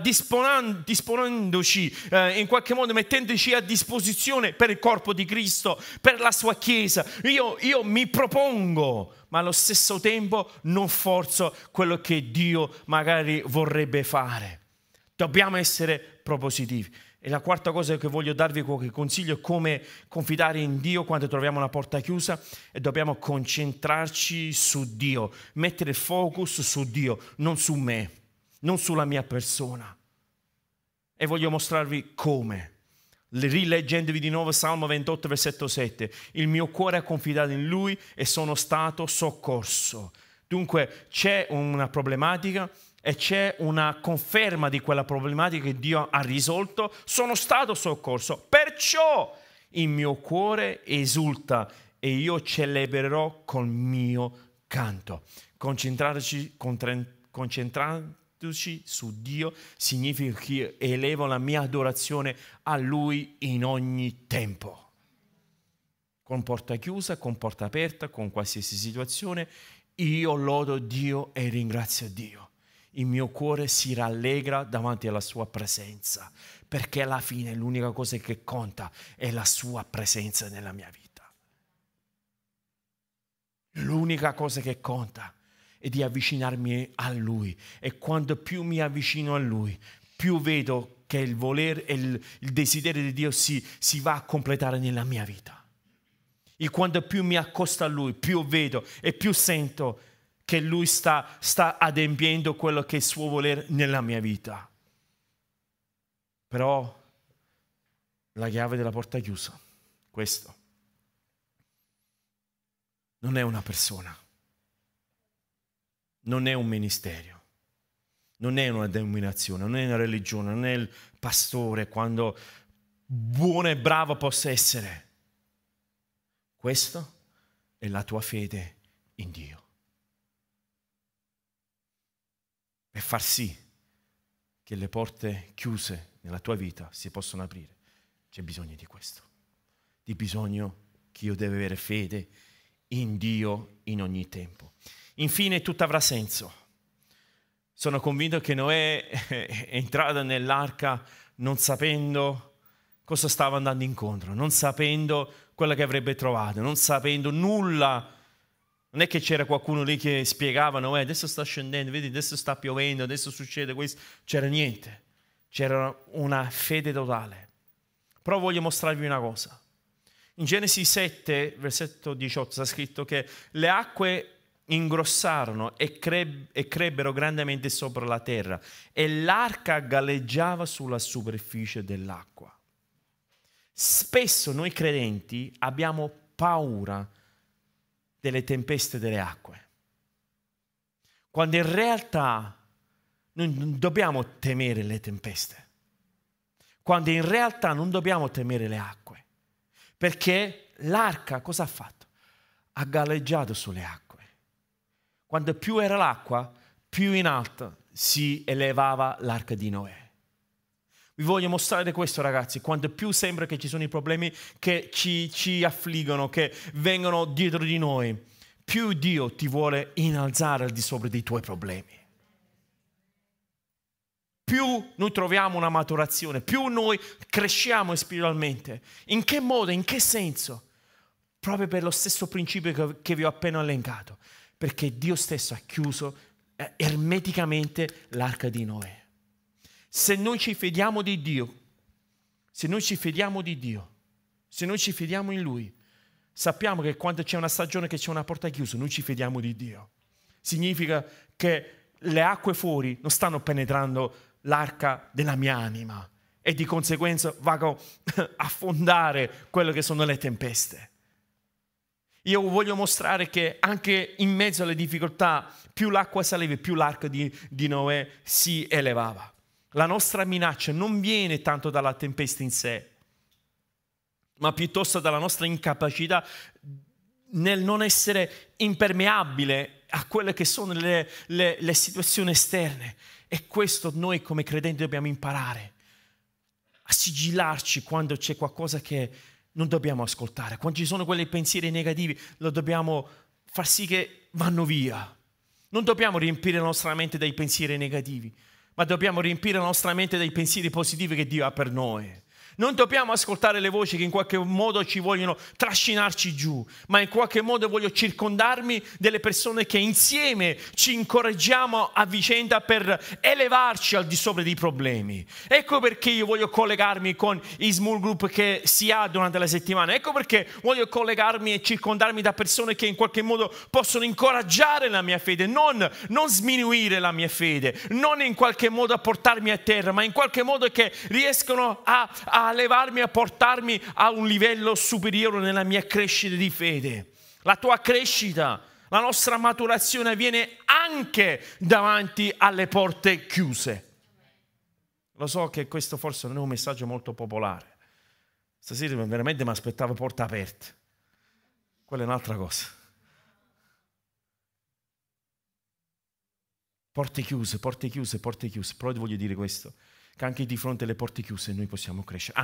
disponendoci, in qualche modo mettendoci a disposizione per il corpo di Cristo, per la sua Chiesa. Io mi propongo, ma allo stesso tempo non forzo quello che Dio magari vorrebbe fare. Dobbiamo essere propositivi. E la quarta cosa che voglio darvi qualche consiglio è come confidare in Dio quando troviamo una porta chiusa, e dobbiamo concentrarci su Dio, mettere il focus su Dio, non su me, non sulla mia persona. E voglio mostrarvi come. Rileggendovi di nuovo Salmo 28, versetto 7. Il mio cuore ha confidato in Lui e sono stato soccorso. Dunque c'è una problematica e c'è una conferma di quella problematica che Dio ha risolto. Sono stato soccorso, perciò il mio cuore esulta e io celebrerò col mio canto. Concentrandoci su Dio significa che io elevo la mia adorazione a Lui in ogni tempo. Con porta chiusa, con porta aperta, con qualsiasi situazione, io lodo Dio e ringrazio Dio. Il mio cuore si rallegra davanti alla sua presenza, perché alla fine l'unica cosa che conta è la sua presenza nella mia vita. L'unica cosa che conta è di avvicinarmi a Lui, e quando più mi avvicino a Lui, più vedo che il volere e il desiderio di Dio si va a completare nella mia vita. E quando più mi accosto a Lui, più vedo e più sento che Lui sta adempiendo quello che è il suo volere nella mia vita. Però la chiave della porta chiusa, questo, non è una persona, non è un ministero, non è una denominazione, non è una religione, non è il pastore, quando buono e bravo possa essere. Questo è la tua fede in Dio. Per far sì che le porte chiuse nella tua vita si possano aprire, c'è bisogno di questo. Di bisogno che io devo avere fede in Dio in ogni tempo. Infine tutto avrà senso. Sono convinto che Noè è entrato nell'arca non sapendo cosa stava andando incontro, non sapendo quello che avrebbe trovato, non sapendo nulla. Non è che c'era qualcuno lì che spiegava, Noè, adesso sta scendendo, vedi, adesso sta piovendo, adesso succede questo. C'era niente. C'era una fede totale. Però voglio mostrarvi una cosa. In Genesi 7, versetto 18, sta scritto che le acque ingrossarono e crebbero grandemente sopra la terra e l'arca galleggiava sulla superficie dell'acqua. Spesso noi credenti abbiamo paura delle tempeste delle acque, quando in realtà noi non dobbiamo temere le tempeste, quando in realtà non dobbiamo temere le acque, perché l'arca cosa ha fatto? Ha galleggiato sulle acque. Quando più era l'acqua, più in alto si elevava l'arca di Noè. Vi voglio mostrare questo, ragazzi, quando più sembra che ci sono i problemi che ci affliggono, che vengono dietro di noi, più Dio ti vuole innalzare al di sopra dei tuoi problemi. Più noi troviamo una maturazione, più noi cresciamo spiritualmente. In che modo, in che senso? Proprio per lo stesso principio che vi ho appena elencato, perché Dio stesso ha chiuso ermeticamente l'arca di Noè. Se noi ci fidiamo di Dio, se noi ci fidiamo in Lui, sappiamo che quando c'è una stagione che c'è una porta chiusa, noi ci fidiamo di Dio. Significa che le acque fuori non stanno penetrando l'arca della mia anima e di conseguenza vado a affondare quello che sono le tempeste. Io voglio mostrare che anche in mezzo alle difficoltà, più l'acqua saliva, più l'arca di Noè si elevava. La nostra minaccia non viene tanto dalla tempesta in sé, ma piuttosto dalla nostra incapacità nel non essere impermeabile a quelle che sono le situazioni esterne. E questo noi come credenti dobbiamo imparare a sigillarci quando c'è qualcosa che non dobbiamo ascoltare. Quando ci sono quei pensieri negativi, lo dobbiamo far sì che vanno via. Non dobbiamo riempire la nostra mente dai pensieri negativi, ma dobbiamo riempire la nostra mente dai pensieri positivi che Dio ha per noi. Non dobbiamo ascoltare le voci che in qualche modo ci vogliono trascinarci giù, ma in qualche modo voglio circondarmi delle persone che insieme ci incoraggiamo a vicenda per elevarci al di sopra dei problemi. Ecco perché io voglio collegarmi con i small group che si ha durante la settimana. Ecco perché voglio collegarmi e circondarmi da persone che in qualche modo possono incoraggiare la mia fede, non sminuire la mia fede, non in qualche modo portarmi a terra, ma in qualche modo che riescono a a elevarmi, a portarmi a un livello superiore nella mia crescita di fede. La tua crescita, la nostra maturazione avviene anche davanti alle porte chiuse. Lo so che questo forse non è un messaggio molto popolare. Stasera veramente mi aspettavo porte aperte. Quella è un'altra cosa. Porte chiuse, porte chiuse, porte chiuse. Però ti voglio dire questo, che anche di fronte alle porte chiuse noi possiamo crescere.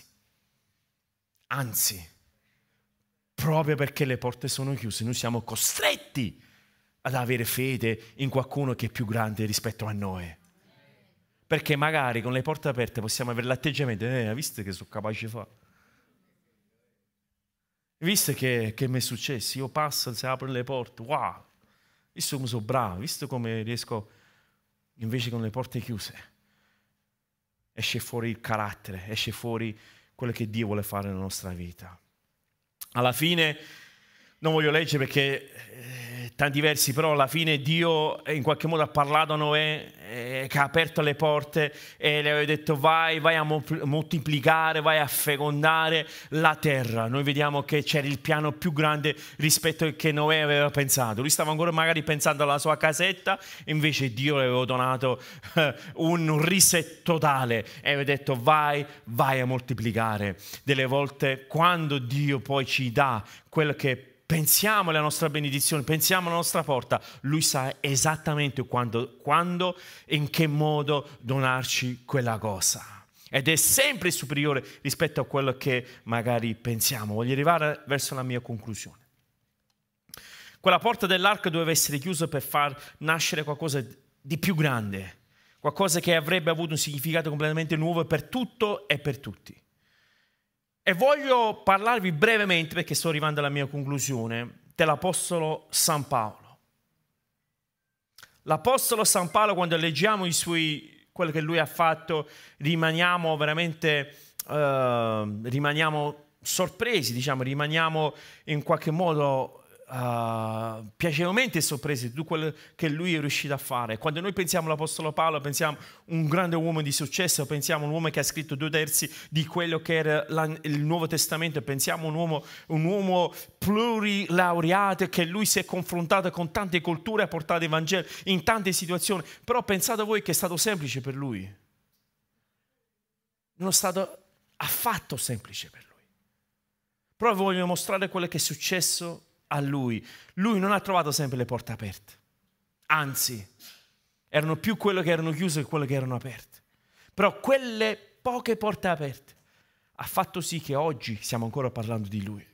Anzi, proprio perché le porte sono chiuse, noi siamo costretti ad avere fede in qualcuno che è più grande rispetto a noi. Perché magari con le porte aperte possiamo avere l'atteggiamento, visto che sono capace di fare? Visto che mi è successo, io passo, si aprono le porte, wow, visto come sono bravo, visto come riesco, invece con le porte chiuse, esce fuori il carattere, esce fuori quello che Dio vuole fare nella nostra vita. Alla fine, non voglio leggere perché tanti versi, però alla fine Dio in qualche modo ha parlato a Noè, che ha aperto le porte e le aveva detto vai a moltiplicare, vai a fecondare la terra. Noi vediamo che c'era il piano più grande rispetto a che Noè aveva pensato. Lui stava ancora magari pensando alla sua casetta, invece Dio le aveva donato un reset totale e aveva detto vai a moltiplicare. Delle volte quando Dio poi ci dà quello che pensiamo alla nostra benedizione, pensiamo alla nostra porta, Lui sa esattamente quando e in che modo donarci quella cosa. Ed è sempre superiore rispetto a quello che magari pensiamo. Voglio arrivare verso la mia conclusione. Quella porta dell'arca doveva essere chiusa per far nascere qualcosa di più grande, qualcosa che avrebbe avuto un significato completamente nuovo per tutto e per tutti. E voglio parlarvi brevemente, perché sto arrivando alla mia conclusione, dell'Apostolo San Paolo. L'Apostolo San Paolo, quando leggiamo quello che lui ha fatto, rimaniamo veramente sorpresi, rimaniamo in qualche modo piacevolmente sorpresi di tutto quello che lui è riuscito a fare. Quando noi pensiamo all'Apostolo Paolo, pensiamo un grande uomo di successo, pensiamo a un uomo che ha scritto 2/3 di quello che era il Nuovo Testamento, pensiamo a un uomo plurilaureato, che lui si è confrontato con tante culture, ha portato il Vangelo in tante situazioni. Però pensate voi che è stato semplice per lui? Non è stato affatto semplice per lui. Però voglio mostrare quello che è successo a lui. Lui non ha trovato sempre le porte aperte, anzi erano più quelle che erano chiuse che quelle che erano aperte. Però quelle poche porte aperte ha fatto sì che oggi stiamo ancora parlando di lui.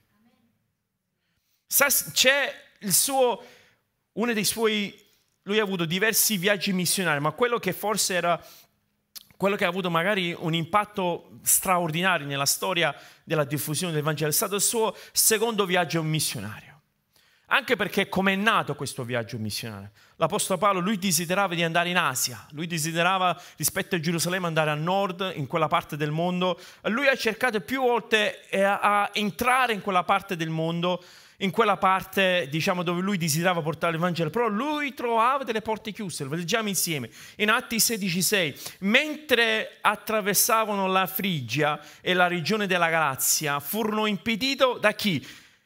C'è uno dei suoi, lui ha avuto diversi viaggi missionari, ma quello che forse era quello che ha avuto magari un impatto straordinario nella storia della diffusione del Vangelo è stato il suo secondo viaggio missionario. Anche perché come è nato questo viaggio missionario? L'Apostolo Paolo, lui desiderava di andare in Asia, lui desiderava rispetto a Gerusalemme andare a nord, in quella parte del mondo. Lui ha cercato più volte a entrare in quella parte del mondo, in quella parte dove lui desiderava portare il Vangelo, però lui trovava delle porte chiuse. Lo leggiamo insieme in Atti 16,6. Mentre attraversavano la Frigia e la regione della Galazia, furono impediti da chi?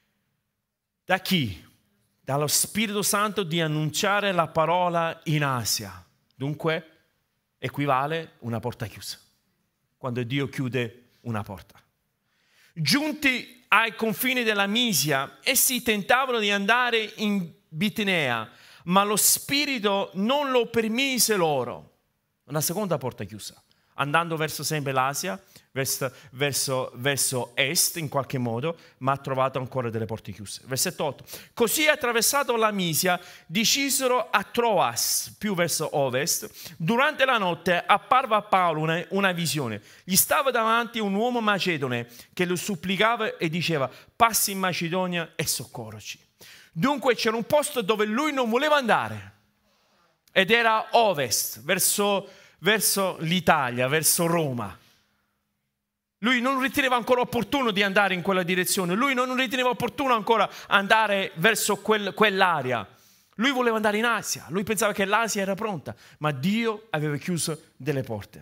Dallo Spirito Santo di annunciare la parola in Asia. Dunque equivale una porta chiusa, quando Dio chiude una porta. Giunti ai confini della Misia, essi tentavano di andare in Bitinea, ma lo Spirito non lo permise loro. Una seconda porta chiusa, andando verso sempre l'Asia, verso est in qualche modo, ma ha trovato ancora delle porte chiuse. Versetto 8. Così attraversato la Misia, decisero a Troas, più verso ovest. Durante la notte apparve a Paolo una visione. Gli stava davanti un uomo macedone che lo supplicava e diceva: passi in Macedonia e soccorroci. Dunque c'era un posto dove lui non voleva andare, ed era ovest, verso l'Italia, verso Roma. Lui non riteneva ancora opportuno di andare in quella direzione, lui non riteneva opportuno ancora andare verso quell'area. Lui voleva andare in Asia, lui pensava che l'Asia era pronta, ma Dio aveva chiuso delle porte.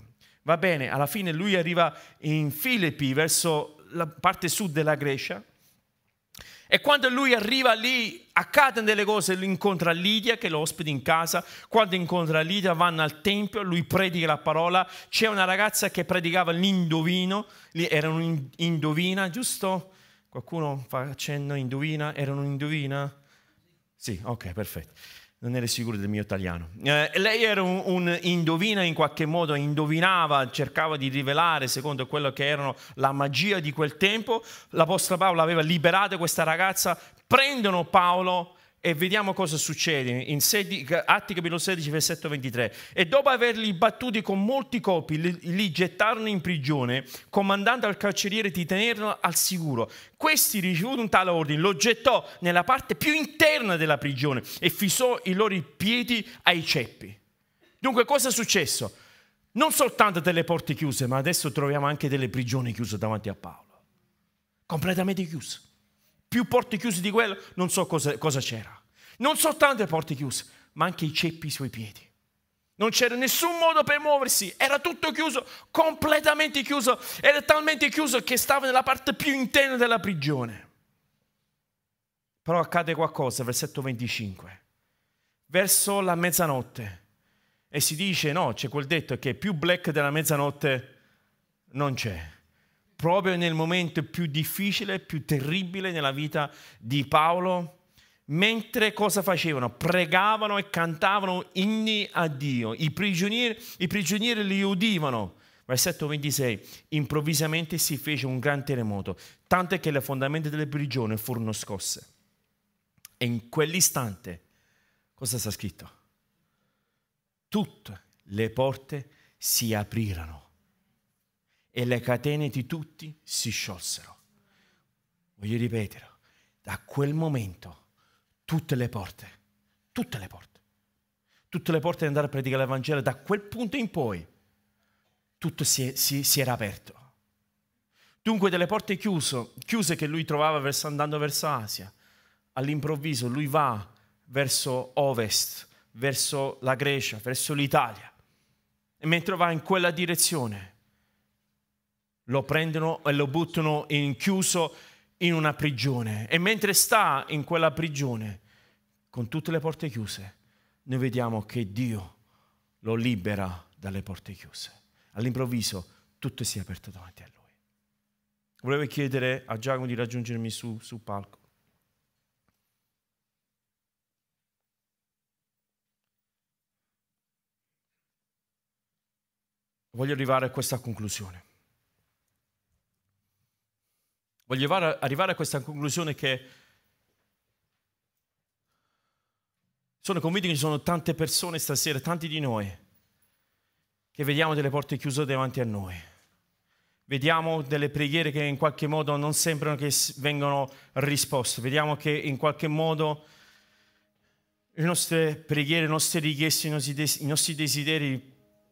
Va bene, alla fine lui arriva in Filippi, verso la parte sud della Grecia, e quando lui arriva lì accadono delle cose, lui incontra Lidia che lo ospita in casa, quando incontra Lidia vanno al tempio, lui predica la parola, c'è una ragazza che predicava l'indovino, lì era un'indovina, giusto? Qualcuno fa accenno, indovina, era un'indovina? Sì, ok, perfetto. Non ero sicuro del mio italiano. Lei era un indovina, in qualche modo indovinava, cercava di rivelare secondo quello che erano la magia di quel tempo. L'Apostolo Paolo aveva liberato questa ragazza, prendono Paolo e vediamo cosa succede in Atti capitolo 16 versetto 23. E dopo averli battuti con molti colpi li gettarono in prigione, comandando al carceriere di tenerlo al sicuro. Questi, ricevuto un tale ordine, lo gettò nella parte più interna della prigione e fissò i loro piedi ai ceppi. Dunque cosa è successo? Non soltanto delle porte chiuse, ma adesso troviamo anche delle prigioni chiuse davanti a Paolo, completamente chiuse. Più porte chiuse di quello, non so cosa c'era. Non soltanto le porte chiuse, ma anche i ceppi sui piedi. Non c'era nessun modo per muoversi, era tutto chiuso, completamente chiuso. Era talmente chiuso che stava nella parte più interna della prigione. Però accade qualcosa, versetto 25. Verso la mezzanotte. E si dice, no, c'è quel detto che più black della mezzanotte non c'è. Proprio nel momento più difficile, più terribile nella vita di Paolo, mentre cosa facevano? Pregavano e cantavano inni a Dio. I prigionieri li udivano. Versetto 26. Improvvisamente si fece un gran terremoto, tanto che le fondamenta delle prigioni furono scosse. E in quell'istante, cosa sta scritto? Tutte le porte si aprirono e le catene di tutti si sciolsero. Voglio ripetere, da quel momento tutte le porte di andare a predicare l'Evangelo, da quel punto in poi tutto si era aperto. Dunque delle porte chiuse che lui trovava andando verso Asia, all'improvviso lui va verso ovest, verso la Grecia, verso l'Italia, e mentre va in quella direzione lo prendono e lo buttano chiuso in una prigione. E mentre sta in quella prigione, con tutte le porte chiuse, noi vediamo che Dio lo libera dalle porte chiuse. All'improvviso tutto si è aperto davanti a lui. Volevo chiedere a Giacomo di raggiungermi sul palco. Voglio arrivare a questa conclusione. Voglio arrivare a questa conclusione che sono convinto che ci sono tante persone stasera, tanti di noi, che vediamo delle porte chiuse davanti a noi. Vediamo delle preghiere che in qualche modo non sembrano che vengano risposte. Vediamo che in qualche modo le nostre preghiere, le nostre richieste, i nostri desideri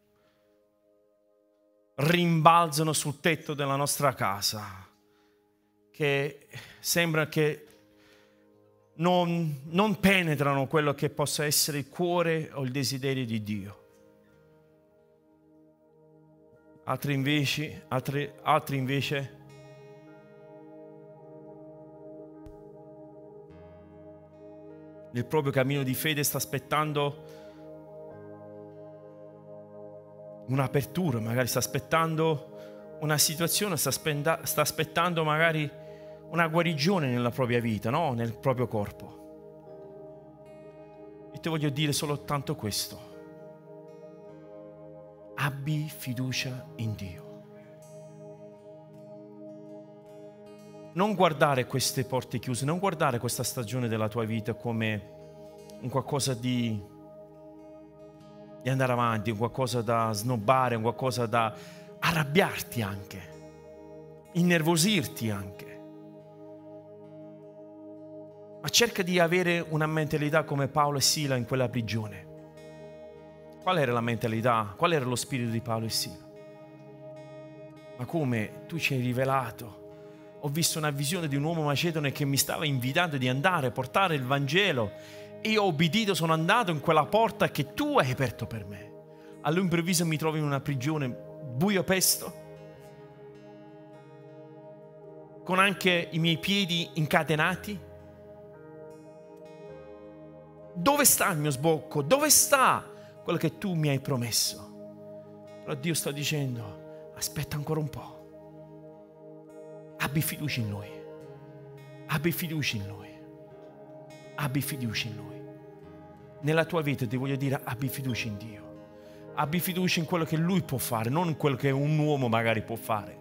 rimbalzano sul tetto della nostra casa, che sembra che non penetrano quello che possa essere il cuore o il desiderio di Dio. Altri invece nel proprio cammino di fede sta aspettando un'apertura, magari sta aspettando una situazione, sta aspettando magari una guarigione nella propria vita, no? Nel proprio corpo. E ti voglio dire soltanto questo: abbi fiducia in Dio. Non guardare queste porte chiuse, non guardare questa stagione della tua vita come un qualcosa di andare avanti, un qualcosa da snobbare, un qualcosa da arrabbiarti anche, innervosirti anche. Ma cerca di avere una mentalità come Paolo e Sila in quella prigione. Qual era la mentalità? Qual era lo spirito di Paolo e Sila? Ma come tu ci hai rivelato? Ho visto una visione di un uomo macedone che mi stava invitando di andare a portare il Vangelo. Io ho obbedito, sono andato in quella porta che tu hai aperto per me. All'improvviso mi trovo in una prigione buio pesto, con anche i miei piedi incatenati? Dove sta il mio sbocco? Dove sta quello che tu mi hai promesso? Però Dio sta dicendo: aspetta ancora un po'. Abbi fiducia in Lui. Abbi fiducia in Lui. Abbi fiducia in Lui. Nella tua vita ti voglio dire: abbi fiducia in Dio. Abbi fiducia in quello che Lui può fare, non in quello che un uomo magari può fare.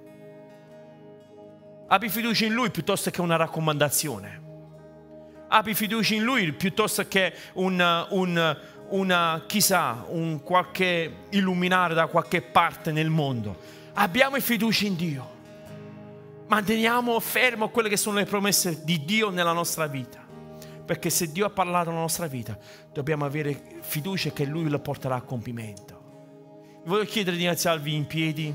Abbi fiducia in Lui piuttosto che una raccomandazione. Abbi fiducia in Lui piuttosto che un qualche illuminare da qualche parte nel mondo. Abbiamo fiducia in Dio. Manteniamo fermo quelle che sono le promesse di Dio nella nostra vita. Perché se Dio ha parlato nella nostra vita, dobbiamo avere fiducia che Lui lo porterà a compimento. Vi voglio chiedere di alzarvi in piedi.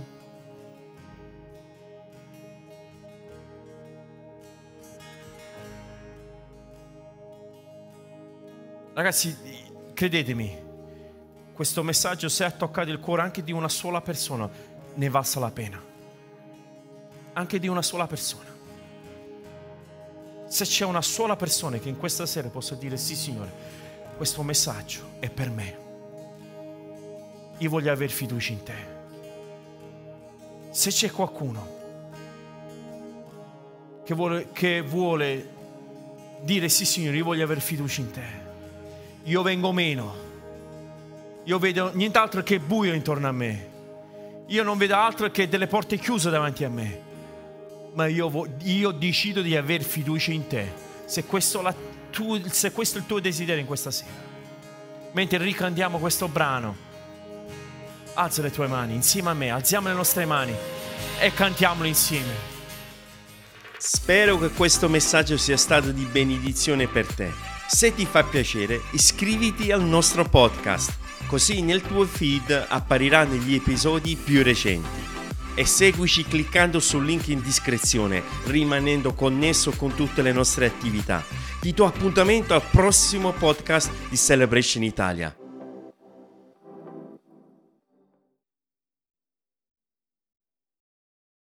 Ragazzi, credetemi, questo messaggio, se ha toccato il cuore anche di una sola persona, ne valsa la pena. Anche di una sola persona. Se c'è una sola persona che in questa sera possa dire: sì Signore, questo messaggio è per me, io voglio avere fiducia in te. Se c'è qualcuno che vuole dire: sì Signore, io voglio avere fiducia in te, io vengo meno, io vedo nient'altro che buio intorno a me, io non vedo altro che delle porte chiuse davanti a me, ma io decido di avere fiducia in te. Se questo è il tuo desiderio in questa sera, mentre ricantiamo questo brano, alza le tue mani insieme a me, alziamo le nostre mani e cantiamolo insieme. Spero che questo messaggio sia stato di benedizione per te. Se ti fa piacere, iscriviti al nostro podcast, così nel tuo feed appariranno gli episodi più recenti. E seguici cliccando sul link in descrizione, rimanendo connesso con tutte le nostre attività. Ti do appuntamento al prossimo podcast di Celebration Italia.